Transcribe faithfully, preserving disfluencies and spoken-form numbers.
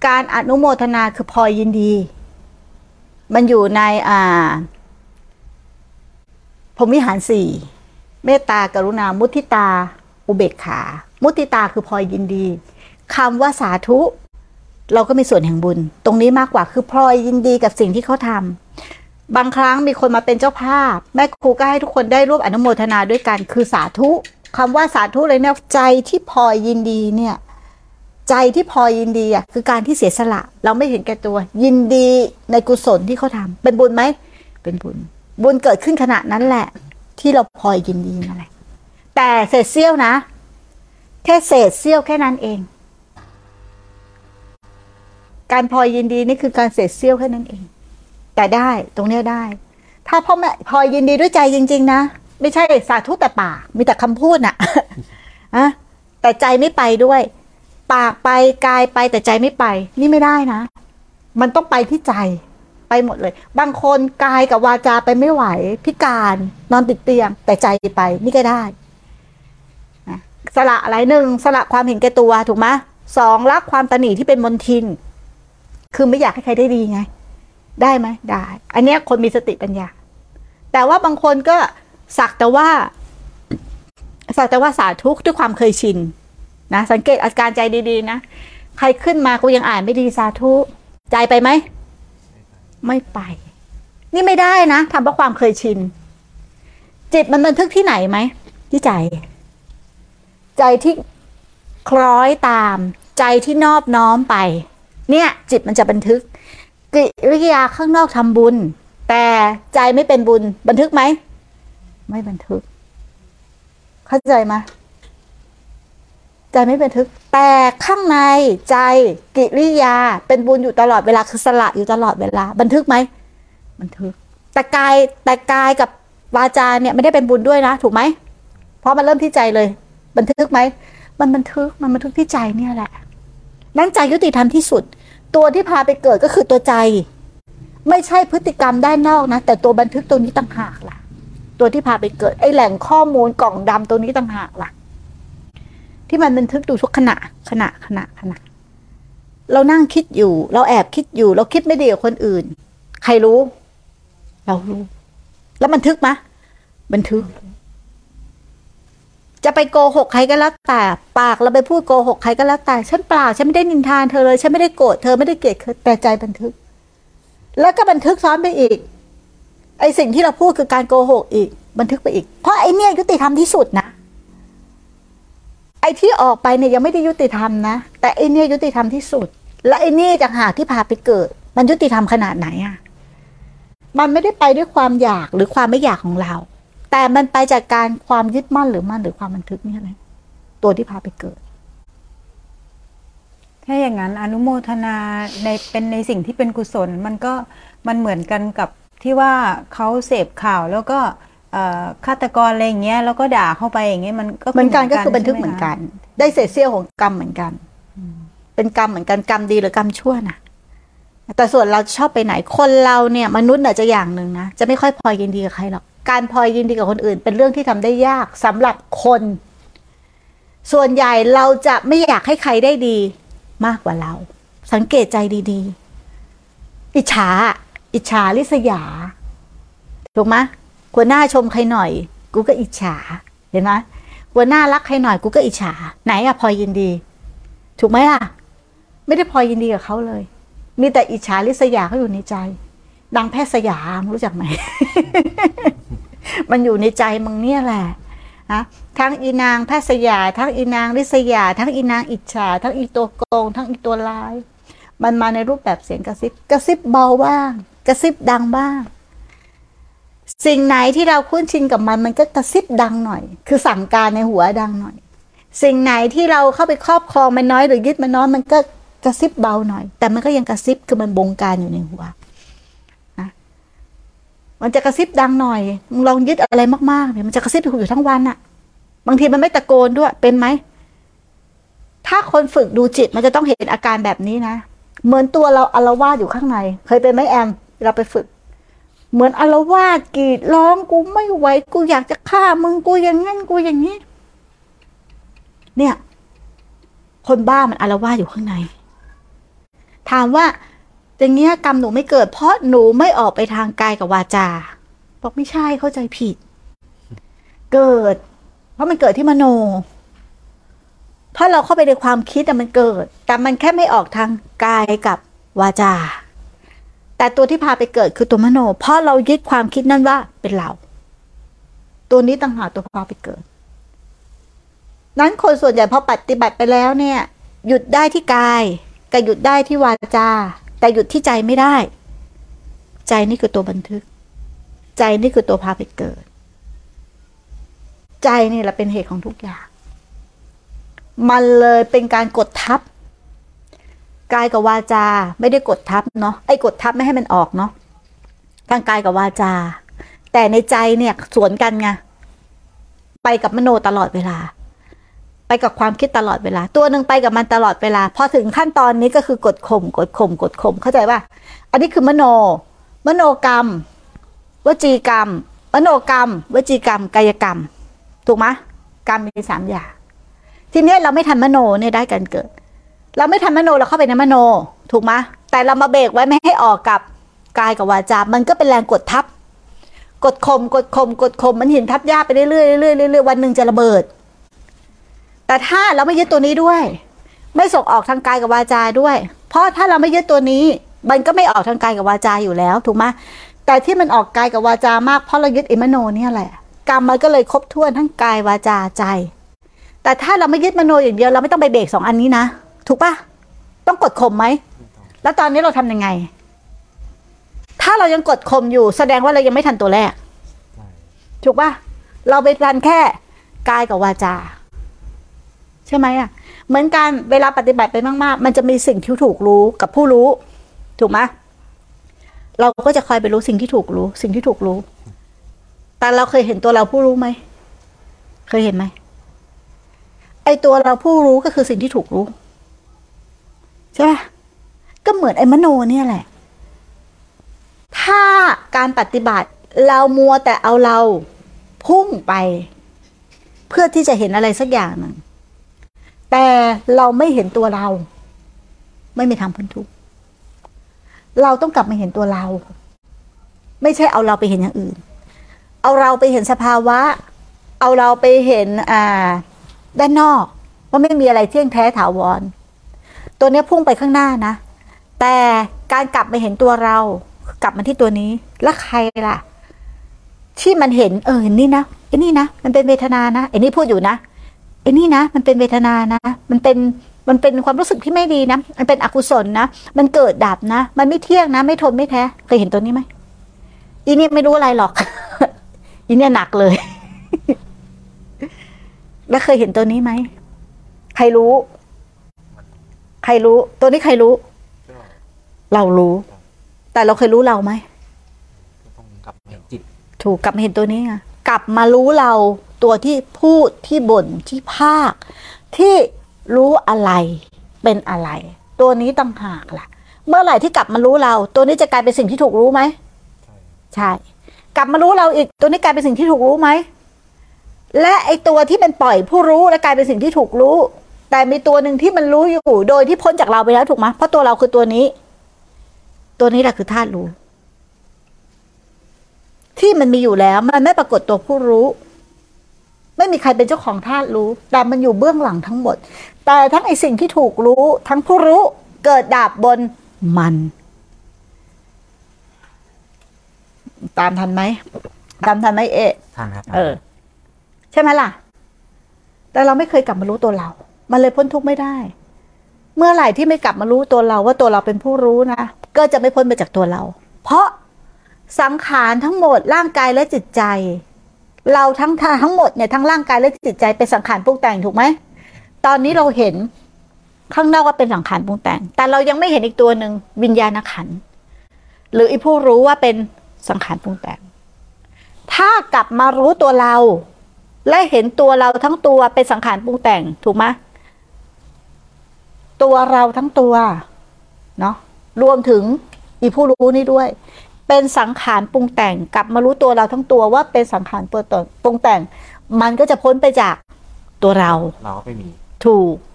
การอนุโมทนาคือพลอยยินดีมันอยู่ในอ่าพรหมวิหารสี่เมตตากรุณามุทิตาอุเบกขามุทิตาคือพลอยยินดีคำว่าสาธุเราก็มีส่วนแห่งบุญตรงนี้มากกว่าคือพลอยยินดีกับสิ่งที่เขาทำบางครั้งมีคนมาเป็นเจ้าภาพแม่ครูก็ให้ทุกคนได้ร่วมอนุโมทนาด้วยกันคือสาธุคำว่าสาธุเลยเนี่ยใจที่พลอยยินดีเนี่ยใจที่พลอยยินดีอ่ะคือการที่เสียสละเราไม่เห็นแก่ตัวยินดีในกุศลที่เขาทำเป็นบุญไหมเป็นบุญบุญเกิดขึ้นขณะนั้นแหละที่เราพลอยยินดีนั่นแหละแต่เศษเสี้ยวนะแค่เศษเสี้ยวแค่นั้นเองการพลอยยินดีนี่คือการเศษเสี้ยวแค่นั้นเองแต่ได้ตรงเนี้ยได้ถ้าพ่อแม่พลอยยินดีด้วยใจจริงๆนะไม่ใช่สาธุแต่ปากมีแต่คำพูดน่ะอะแต่ใจไม่ไปด้วยปากไปกายไปแต่ใจไม่ไปนี่ไม่ได้นะมันต้องไปที่ใจไปหมดเลยบางคนกายกับวาจาไปไม่ไหวพิการนอนติดเตียงแต่ใจไปนี่ก็ได้นะสละอะไรหนึ่งสละความเห็นแก่ตัวถูกไหมสองละความตนีที่เป็นมลทินคือไม่อยากให้ใครได้ดีไงได้ไหมได้อันนี้คนมีสติปัญญาแต่ว่าบางคนก็สักแต่ว่าสักแต่ว่าสาธุด้วยความเคยชินนะสังเกตอาการใจดีๆนะใครขึ้นมากูยังอ่านไม่ดีสาธุใจไปไหมไม่ไปนี่ไม่ได้นะทำเพราะความเคยชินจิตมันบันทึกที่ไหนไหมที่ใจใจที่คล้อยตามใจที่นอบน้อมไปเนี่ยจิตมันจะบันทึกกิริยาข้างนอกทำบุญแต่ใจไม่เป็นบุญบันทึกไหมไม่บันทึกเข้าใจไหมใจไม่บันทึกแต่ข้างในใจกิริยาเป็นบุญอยู่ตลอดเวลาคือสละอยู่ตลอดเวลาบันทึกไหมบันทึกแต่กายแต่กายกับวาจาเนี่ยไม่ได้เป็นบุญด้วยนะถูกไหมเพราะมันเริ่มที่ใจเลยบันทึกไหมมันบันทึกมันบันทึกที่ใจเนี่ยแหละนั่นใจยุติธรรมที่สุดตัวที่พาไปเกิดก็คือตัวใจไม่ใช่พฤติกรรมด้านนอกนะแต่ตัวบันทึกตัวนี้ต่างหากล่ะตัวที่พาไปเกิดไอ้แหล่งข้อมูลกล่องดำตัวนี้ต่างหากล่ะที่มันบันทึกดูทุกขณะขณะขณะขณะเรานั่งคิดอยู่เราแอบคิดอยู่เราคิดไม่ดีกับคนอื่นใครรู้เรารู้แล้วบันทึกไหมบันทึกจะไปโกหกใครก็แล้วแต่ปากเราไปพูดโกหกใครก็แล้วแต่ฉันเปล่าฉันไม่ได้นินทาเธอเลยฉันไม่ได้โกรธเธอไม่ได้เกลียดเธอแต่ใจบันทึกแล้วก็บันทึกซ้อนไปอีกไอสิ่งที่เราพูดคือการโกหกอีกบันทึกไปอีกเพราะไอเนี่ยยุติธรรมที่สุดนะไอที่ออกไปเนี่ยยังไม่ได้ยุติธรรมนะแต่ไอเนี่ยยุติธรรมที่สุดและไอนี่ต่างหากที่พาไปเกิดมันยุติธรรมขนาดไหนอ่ะมันไม่ได้ไปด้วยความอยากหรือความไม่อยากของเราแต่มันไปจากการความยึดมั่นหรือมั่นหรือความบันทึกนี่แหละตัวที่พาไปเกิดถ้าอย่างนั้นอนุโมทนาในเป็นในสิ่งที่เป็นกุศลมันก็มันเหมือนกันกับที่ว่าเขาเสพข่าวแล้วก็ฆาตกรอะไรอย่างเงี้ยแล้วก็ด่าเข้าไปอย่างเงี้ยมันก็เหมือนกันก็คือบันทึกเหมือนกันได้เศษเสี้ยวของกรรมเหมือนกันเป็นกรรมเหมือนกันกรรมดีหรือกรรมชั่วนะแต่ส่วนเราชอบไปไหนคนเราเนี่ยมนุษย์เนี่ยจะอย่างหนึ่งนะจะไม่ค่อยพลอยยินดีกับใครหรอกการพลอยยินดีกับคนอื่นเป็นเรื่องที่ทำได้ยากสำหรับคนส่วนใหญ่เราจะไม่อยากให้ใครได้ดีมากกว่าเราสังเกตใจดีๆอิจฉาอิจฉาริษยาถูกไหมหัวหน้าชมใครหน่อยกูก็อิจฉาเห็นไหมหัวหน้ารักใครหน่อยกูก็อิจฉาไหนอะพลอยยินดีถูกไหมล่ะไม่ได้พลอยยินดีกับเขาเลยมีแต่อิจฉาริษยาเขาอยู่ในใจดังแพทย์สยามรู้จักไหม มันอยู่ในใจมึงเนี่ยแหละนะทั้งอีนางแพทย์สยาทั้งอีนางริษยาทั้งอีนางอิจฉาทั้งอีตัวโกงทั้งอีตัวร้ายมันมาในรูปแบบเสียงกระซิบกระซิบเบาบ้างกระซิบดังบ้างสิ่งไหนที่เราคุ้นชินกับมันมันก็กระซิบดังหน่อยคือสั่งการในหัวดังหน่อยสิ่งไหนที่เราเข้าไปครอบครองมันน้อยหรือยึดมันน้อยมันก็กระซิบเบาหน่อยแต่มันก็ยังกระซิบคือมันบงการอยู่ในหัวนะมันจะกระซิบดังหน่อยมึงลองยึดอะไรมากๆเนี่ยมันจะกระซิบอยู่ทั้งวันอะบางทีมันไม่ตะโกนด้วยเป็นไหมถ้าคนฝึกดูจิตมันจะต้องเห็นอาการแบบนี้นะเหมือนตัวเราอาละวาดอยู่ข้างในเคยเป็นไหมแอมเราไปฝึกเหมือนอาละวาดกรีดร้องกูไม่ไหวกูอยากจะฆ่ามึงกูอย่างงั้นกูอย่างนี้เนี่ยคนบ้ามันอาละวาดอยู่ข้างในถามว่าอย่างเงี้ยกรรมหนูไม่เกิดเพราะหนูไม่ออกไปทางกายกับวาจาบอกไม่ใช่เข้าใจผิดเกิดเพราะมันเกิดที่มโนเพราะเราเข้าไปในความคิดแต่มันเกิดแต่มันแค่ไม่ออกทางกายกับวาจาแต่ตัวที่พาไปเกิดคือตัวมโนเพราะเรายึดความคิดนั่นว่าเป็นเราตัวนี้ต่างหากตัวพาไปเกิดนั้นคนส่วนใหญ่พอปฏิบัติไปแล้วเนี่ยหยุดได้ที่กายกับหยุดได้ที่วาจาแต่หยุดที่ใจไม่ได้ใจนี่คือตัวบันทึกใจนี่คือตัวพาไปเกิดใจนี่แหละเป็นเหตุของทุกอย่างมันเลยเป็นการกดทับกายกับวาจาไม่ได้กดทับเนาะไอ้กดทับไม่ให้มันออกเนาะทางกายกับวาจาแต่ในใจเนี่ยสวนกันไงไปกับมโนตลอดเวลาไปกับความคิดตลอดเวลาตัวหนึ่งไปกับมันตลอดเวลาพอถึงขั้นตอนนี้ก็คือกดข่มกดข่มกดข่มเข้าใจป่ะอันนี้คือมโนมโนกรรมวจีกรรมมโนกรรมวจีกรรมกายกรรมถูกไหมกรรมมีสามอย่างทีนี้เราไม่ทันมโนเนี่ยได้กันเกิดเราไม่ทันมโนเราเข้าไปในมโนถูกไหมแต่เรามาเบรกไว้ไม่ให้ออกกับกายกับวาจามันก็เป็นแรงกดทับกดข่มกดข่มกดข่มมันหินทับหญ้าไปเรื่อยๆเรื่อยๆเรื่อยๆวันหนึ่งจะระเบิดแต่ถ้าเราไม่ยึดตัวนี้ด้วยไม่ส่งออกทางกายกับวาจาด้วยเพราะถ้าเราไม่ยึดตัวนี้มันก็ไม่ออกทางกายกับวาจาอยู่แล้วถูกไหมแต่ที่มันออกกายกับวาจามากเพราะเรายึดอิมโนเนี่ยแหละกรรมมันก็เลยครบถ้วนทั้งกายวาจาใจแต่ถ้าเราไม่ยึดมโนอย่างเดียวเราไม่ต้องไปเบรกสองอันนี้นะถูกปะต้องกดข่มไหมแล้วตอนนี้เราทำยังไงถ้าเรายังกดข่มอยู่แสดงว่าเรายังไม่ทันตัวแรกถูกปะเราไปทันแค่กายกับวาจาใช่ไหมอ่ะเหมือนกันเวลาปฏิบัติไปมากๆมันจะมีสิ่งที่ถูกรู้กับผู้รู้ถูกไหมเราก็จะคอยไปรู้สิ่งที่ถูกรู้สิ่งที่ถูกรู้แต่เราเคยเห็นตัวเราผู้รู้ไหมเคยเห็นไหมไอตัวเราผู้รู้ก็คือสิ่งที่ถูกรู้ใช่ไหมก็เหมือนไอ้มโนเนี่ยแหละถ้าการปฏิบัติเรามัวแต่เอาเราพุ่งไปเพื่อที่จะเห็นอะไรสักอย่างหนึ่งแต่เราไม่เห็นตัวเราไม่มีทางพ้นทุกข์เราต้องกลับมาเห็นตัวเราไม่ใช่เอาเราไปเห็นอย่างอื่นเอาเราไปเห็นสภาวะเอาเราไปเห็นอ่าด้านนอกว่าไม่มีอะไรเที่ยงแท้ถาวรตัวนี้พุ่งไปข้างหน้านะแต่การกลับมาเห็นตัวเรากลับมาที่ตัวนี้แล้วใครล่ะที่มันเห็นเออเห็นนี่นะไอ้นี่นะมันเป็นเวทนานะไอ้นี่พูดอยู่นะไอ้นี่นะมันเป็นเวทนานะมันเป็นมันเป็นความรู้สึกที่ไม่ดีนะมันเป็นอกุศลนะมันเกิดดับนะมันไม่เที่ยงนะไม่ทนไม่แท้เคยเห็นตัวนี้ไหมอีนี่ไม่รู้อะไรหรอก อีเนี่ยหนักเลย แล้วเคยเห็นตัวนี้ไหมใครรู้ใครรู้ตัวนี้ใครรู้เรารู้แต่เราเคยรู้เราไหมต้องกลับมาเห็นจิตถูกกลับมาเห็นตัวนี้ไงกลับมารู้เราตัวที่พูดที่บ่นที่ภาคที่รู้อะไรเป็นอะไรตัวนี้ต่างหากล่ะเมื่อไหร่ที่กลับมารู้เราตัวนี้จะกลายเป็นสิ่งที่ถูกรู้ไหมใช่กลับมารู้เราอีกตัวนี้กลายเป็นสิ่งที่ถูกรู้ไหมและไอตัวที่มันปล่อยผู้รู้และกลายเป็นสิ่งที่ถูกรู้แต่มีตัวหนึ่งที่มันรู้อยู่โดยที่พ้นจากเราไปแล้วถูกไหมเพราะตัวเราคือตัวนี้ตัวนี้แหละคือธาตุรู้ที่มันมีอยู่แล้วมันไม่ปรากฏตัวผู้รู้ไม่มีใครเป็นเจ้าของธาตุรู้แต่มันอยู่เบื้องหลังทั้งหมดแต่ทั้งไอสิ่งที่ถูกรู้ทั้งผู้รู้เกิดดับบนมันตามทันไหมตามทันไหมเอ๊ะทันครับเออใช่ไหมล่ะแต่เราไม่เคยกลับมารู้ตัวเรามันเลยพ้นทุกข์ไม่ได้เมื่อไหร่ที่ไม่กลับมารู้ตัวเราว่าตัวเราเป็นผู้รู้นะก็จะไม่พ้นไปจากตัวเราเพราะสังขารทั้งหมดร่างกายและจิตใจเราทั้งทั้งหมดเนี่ยทั้งร่างกายและจิตใจเป็นสังขารปรุงแต่งถูกไหมตอนนี้เราเห็นข้างนอกว่าเป็นสังขารปรุงแต่งแต่เรายังไม่เห็นอีกตัวหนึ่งวิญญาณขันธ์หรือไอ้ผู้รู้ว่าเป็นสังขารปรุงแต่งถ้ากลับมารู้ตัวเราและเห็นตัวเราทั้งตัวเป็นสังขารปรุงแต่งถูกไหมตัวเราทั้งตัวเนาะรวมถึงอีผู้รู้นี่ด้วยเป็นสังขารปรุงแต่งกลับมารู้ตัวเราทั้งตัวว่าเป็นสังขารปรุงแต่งมันก็จะพ้นไปจากตัวเราเราก็ไม่มีถูก